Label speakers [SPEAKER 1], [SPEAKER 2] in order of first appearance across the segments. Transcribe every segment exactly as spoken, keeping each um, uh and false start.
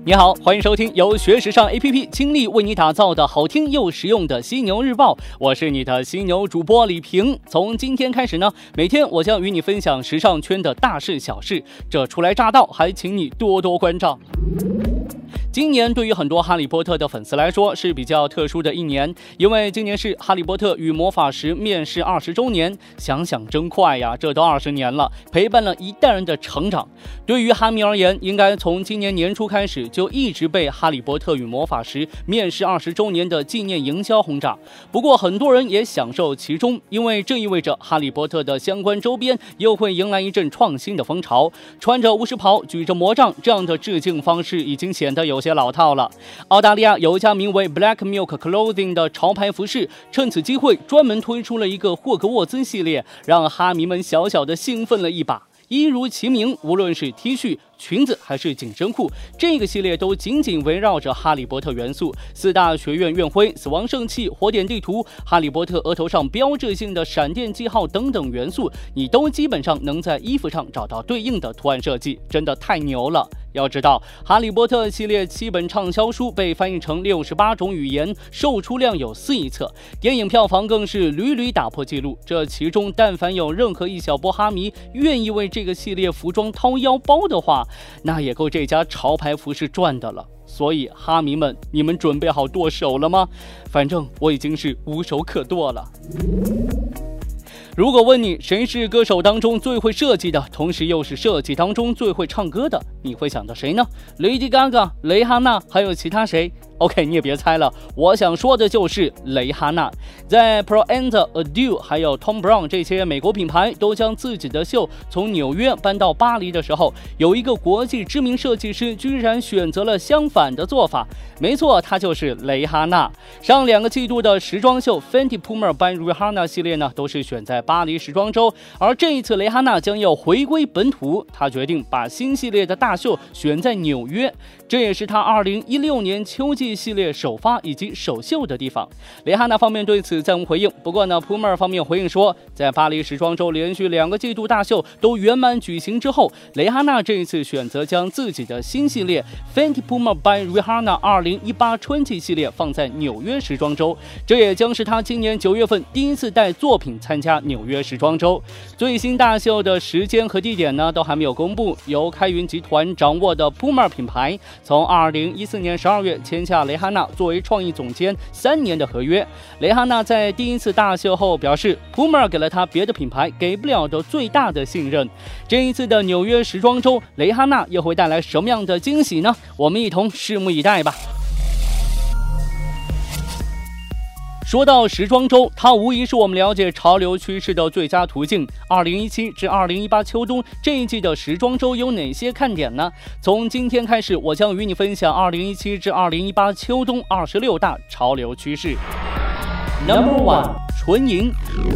[SPEAKER 1] 你好，欢迎收听由学时尚 A P P 倾力为你打造的好听又实用的犀牛日报，我是你的犀牛主播李平。从今天开始呢，每天我将与你分享时尚圈的大事小事，这初来乍到，还请你多多关照。今年对于很多哈利波特的粉丝来说是比较特殊的一年，因为今年是哈利波特与魔法石面世二十周年。想想真快呀，这都二十年了，陪伴了一代人的成长。对于哈迷而言，应该从今年年初开始就一直被哈利波特与魔法石面世二十周年的纪念营销轰炸。不过很多人也享受其中，因为这意味着哈利波特的相关周边又会迎来一阵创新的风潮。穿着巫师袍，举着魔杖，这样的致敬方式已经显得有些老套了。澳大利亚有一家名为 Black Milk Clothing 的潮牌服饰，趁此机会专门推出了一个霍格沃兹系列，让哈迷们小小的兴奋了一把。一如其名，无论是 T 恤、裙子还是紧身裤，这个系列都紧紧围绕着哈利波特元素，四大学院院徽、死亡圣器、火点地图、哈利波特额头上标志性的闪电记号等等元素，你都基本上能在衣服上找到对应的图案设计，真的太牛了。要知道，哈利波特系列七本畅销书被翻译成六十八种语言，售出量有四亿册，电影票房更是屡屡打破纪录。这其中，但凡有任何一小波哈迷愿意为这个系列服装掏腰包的话，那也够这家潮牌服饰赚的了。所以哈迷们，你们准备好剁手了吗？反正我已经是无手可剁了。如果问你谁是歌手当中最会设计的，同时又是设计当中最会唱歌的，你会想到谁呢？ Lady Gaga、 蕾哈娜，还有其他谁？ OK， 你也别猜了，我想说的就是蕾哈娜。在 Pro and、Adieu 还有 Tom Brown 这些美国品牌都将自己的秀从纽约搬到巴黎的时候，有一个国际知名设计师居然选择了相反的做法。没错，他就是蕾哈娜。上两个季度的时装秀 Fenty Puma by Rihanna 系列呢，都是选在巴黎时装周，而这一次蕾哈娜将要回归本土，他决定把新系列的大秀选在纽约，这也是他二零一六年秋季系列首发以及首秀的地方。蕾哈娜方面对此暂无回应，不过呢 Puma 方面回应说，在巴黎时装周连续两个季度大秀都圆满举行之后，蕾哈娜这一次选择将自己的新系列 Fenty Puma by Rihanna 二零一八春季系列放在纽约时装周，这也将是他今年九月份第一次带作品参加纽约时装周。最新大秀的时间和地点呢都还没有公布，由开云集团掌握的 Puma 品牌从二零一四年十二月签下蕾哈娜作为创意总监三年的合约。蕾哈娜在第一次大秀后表示， Puma 给了他别的品牌给不了的最大的信任。这一次的纽约时装周，蕾哈娜又会带来什么样的惊喜呢？我们一同拭目以待吧。说到时装周，它无疑是我们了解潮流趋势的最佳途径。二零一七至二零一八秋冬这一季的时装周有哪些看点呢？从今天开始，我将与你分享二零一七至二零一八秋冬二十六大潮流趋势。Number one， 纯银。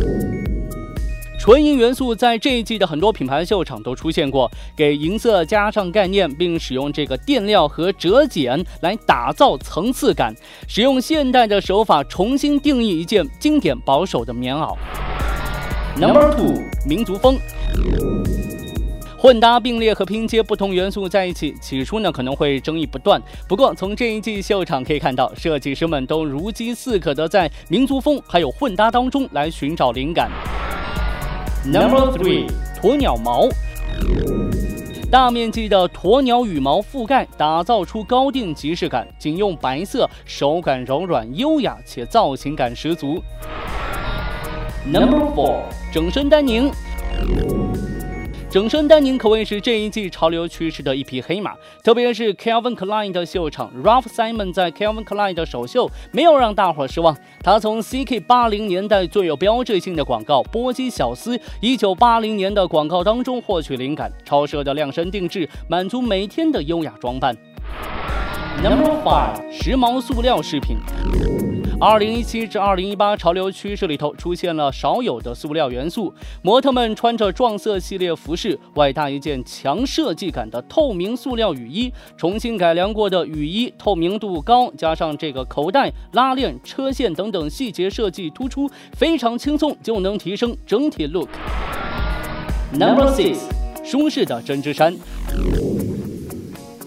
[SPEAKER 1] 纯银元素在这一季的很多品牌秀场都出现过，给银色加上概念，并使用这个垫料和折剪来打造层次感，使用现代的手法重新定义一件经典保守的棉袄。Number two， 民族风。混搭并列和拼接不同元素在一起，起初呢可能会争议不断，不过从这一季秀场可以看到，设计师们都如饥似渴的在民族风还有混搭当中来寻找灵感。Number three， 鸵鸟毛。大面积的鸵鸟羽毛覆盖，打造出高定即视感，仅用白色，手感柔软优雅且造型感十足。Number four， 整身丹宁。整身丹宁可谓是这一季潮流趋势的一匹黑马，特别是 Calvin Klein 的秀场 Ralph Simon 在 Calvin Klein 的首秀没有让大伙失望，他从 C K 八十 年代最有标志性的广告波姬小丝一九八零年的广告当中获取灵感，超奢的量身定制满足每天的优雅装扮。Number five， 时髦塑料饰品。二零一七至二零一八潮流趋势里头出现了少有的塑料元素，模特们穿着撞色系列服饰，外搭一件强设计感的透明塑料雨衣，重新改良过的雨衣透明度高，加上这个口袋、拉链、车线等等细节设计突出，非常轻松就能提升整体 look。 Number six， 舒适的针织衫。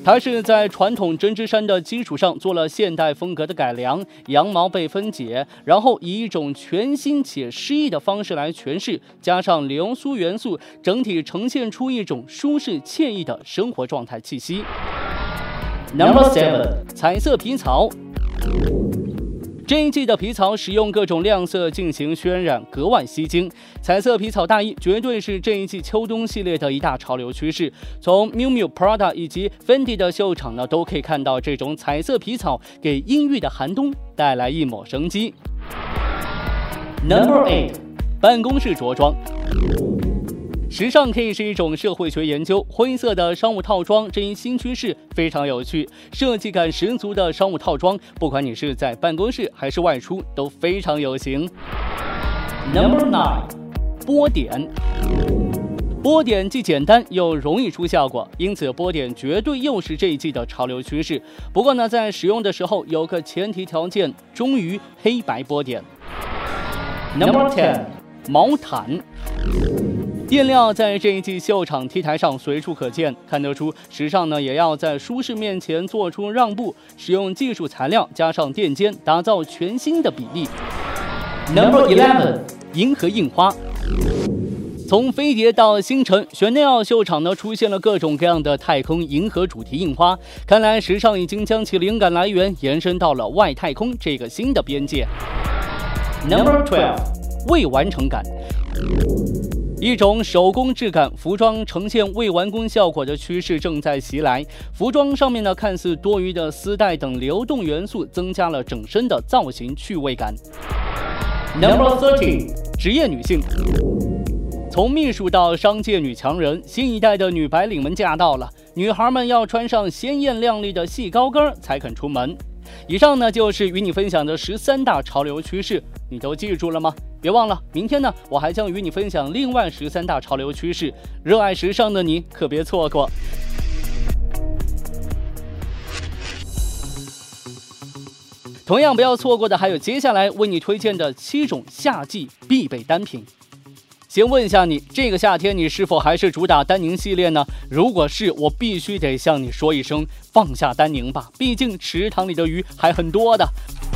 [SPEAKER 1] 它是在传统针织衫的基础上做了现代风格的改良，羊毛被分解，然后以一种全新且诗意的方式来诠释，加上流苏元素，整体呈现出一种舒适惬意的生活状态气息。Number seven， 彩色皮草。这一季的皮草使用各种亮色进行渲染，格外吸睛。彩色皮草大衣绝对是这一季秋冬系列的一大潮流趋势。从 Miu Miu、Prada 以及 Fendi 的秀场呢，都可以看到这种彩色皮草给阴郁的寒冬带来一抹生机。Number eight， 办公室着装。时尚可以是一种社会学研究，灰色的商务套装这一新趋势非常有趣，设计感十足的商务套装，不管你是在办公室还是外出，都非常有型。Number nine， 波点。波点既简单又容易出效果，因此波点绝对又是这一季的潮流趋势。不过呢，在使用的时候有个前提条件，忠于黑白波点。Number ten， 毛毯。面料在这一季秀场 T 台上随处可见，看得出时尚呢也要在舒适面前做出让步，使用技术材料加上垫肩，打造全新的比例。Number eleven， 银河印花。从飞碟到星辰，玄内奥秀场呢出现了各种各样的太空银河主题印花，看来时尚已经将其灵感来源延伸到了外太空这个新的边界。Number twelve， 未完成感。一种手工质感服装呈现未完工效果的趋势正在袭来，服装上面呢看似多余的丝带等流动元素增加了整身的造型趣味感。Number thirteen， 职业女性。从秘书到商界女强人，新一代的女白领们驾到了，女孩们要穿上鲜艳亮丽的细高跟才肯出门。以上呢就是与你分享的十三大潮流趋势，你都记住了吗？别忘了，明天呢，我还将与你分享另外十三大潮流趋势，热爱时尚的你可别错过。同样不要错过的还有接下来为你推荐的七种夏季必备单品。先问一下你，这个夏天你是否还是主打丹宁系列呢？如果是，我必须得向你说一声，放下丹宁吧，毕竟池塘里的鱼还很多的。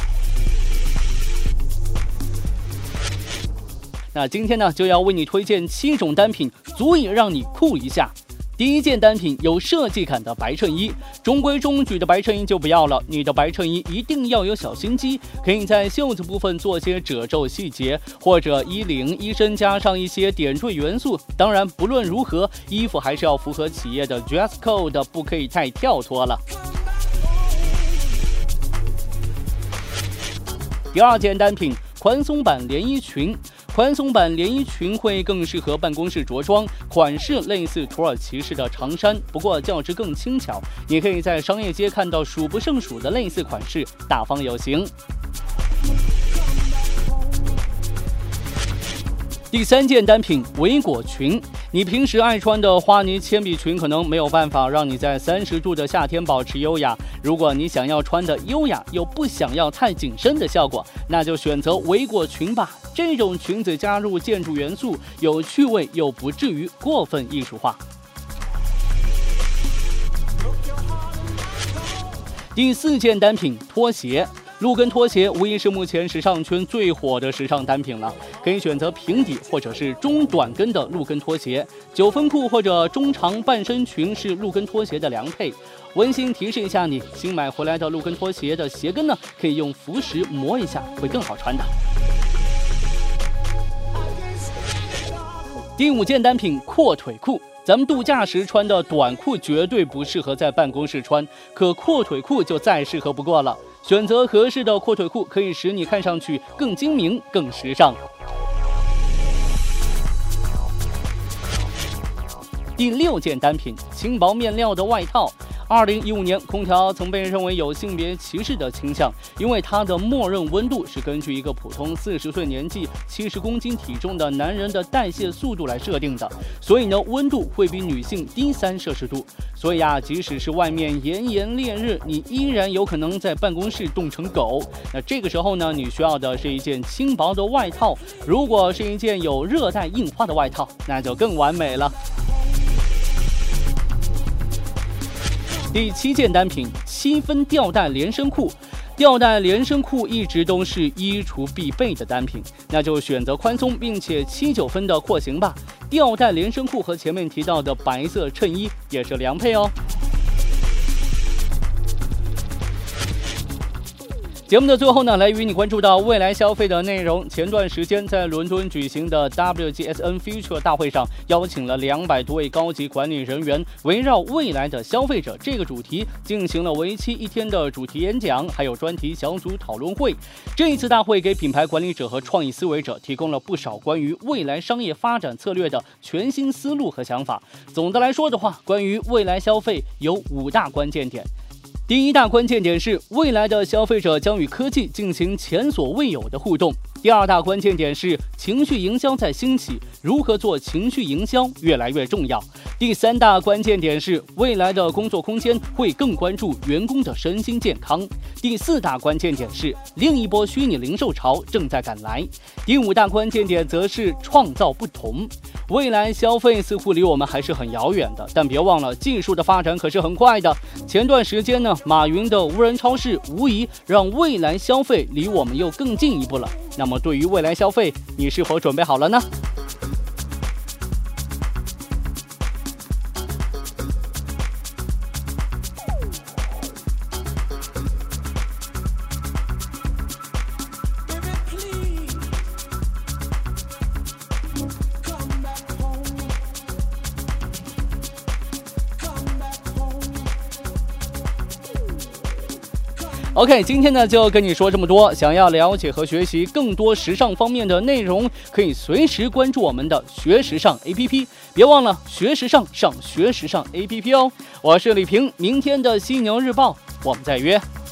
[SPEAKER 1] 那今天呢，就要为你推荐七种单品，足以让你酷一下。第一件单品有设计感的白衬衣，中规中矩的白衬衣就不要了，你的白衬衣一定要有小心机，可以在袖子部分做些褶皱细节，或者衣领衣身加上一些点缀元素。当然，不论如何，衣服还是要符合企业的 dress code， 不可以太跳脱了。第二件单品，宽松版连衣裙。宽松版连衣裙会更适合办公室着装，款式类似土耳其式的长衫，不过较之更轻巧。你可以在商业街看到数不胜数的类似款式，大方有型。第三件单品，围裹裙。你平时爱穿的花呢铅笔裙可能没有办法让你在三十度的夏天保持优雅，如果你想要穿的优雅又不想要太紧身的效果，那就选择围裹裙吧。这种裙子加入建筑元素，有趣味又不至于过分艺术化。第四件单品，拖鞋。露跟拖鞋无疑是目前时尚圈最火的时尚单品了，可以选择平底或者是中短跟的露跟拖鞋，九分裤或者中长半身裙是露跟拖鞋的良配。温馨提示一下你，新买回来的露跟拖鞋的鞋跟呢，可以用浮石磨一下，会更好穿的。第五件单品，阔腿裤。咱们度假时穿的短裤绝对不适合在办公室穿，可阔腿裤就再适合不过了。选择合适的阔腿裤，可以使你看上去更精明、更时尚。第六件单品，轻薄面料的外套。二零一五年，空调曾被认为有性别歧视的倾向，因为它的默认温度是根据一个普通四十岁年纪、七十公斤体重的男人的代谢速度来设定的，所以呢，温度会比女性低三摄氏度。所以啊，即使是外面炎炎烈日，你依然有可能在办公室冻成狗。那这个时候呢，你需要的是一件轻薄的外套，如果是一件有热带印花的外套，那就更完美了。 第七件单品，七分吊带连身裤。吊带连身裤一直都是衣橱必备的单品，那就选择宽松并且七九分的廓形吧。吊带连身裤和前面提到的白色衬衣也是良配哦。节目的最后呢，来与你关注到未来消费的内容。前段时间在伦敦举行的 W G S N Future 大会上，邀请了两百多位高级管理人员，围绕未来的消费者这个主题进行了为期一天的主题演讲，还有专题小组讨论会。这一次大会给品牌管理者和创意思维者提供了不少关于未来商业发展策略的全新思路和想法。总的来说的话，关于未来消费有五大关键点。第一大关键点是，未来的消费者将与科技进行前所未有的互动。第二大关键点是，情绪营销在兴起，如何做情绪营销越来越重要。第三大关键点是，未来的工作空间会更关注员工的身心健康。第四大关键点是，另一波虚拟零售潮正在赶来。第五大关键点则是创造不同。未来消费似乎离我们还是很遥远的，但别忘了，技术的发展可是很快的。前段时间呢，马云的无人超市无疑让未来消费离我们又更近一步了。那么对于未来消费，你是否准备好了呢？OK， 今天呢就跟你说这么多。想要了解和学习更多时尚方面的内容，可以随时关注我们的学时尚 A P P， 别忘了学时尚上学时尚 A P P 哦。我是李平，明天的犀牛日报我们再约。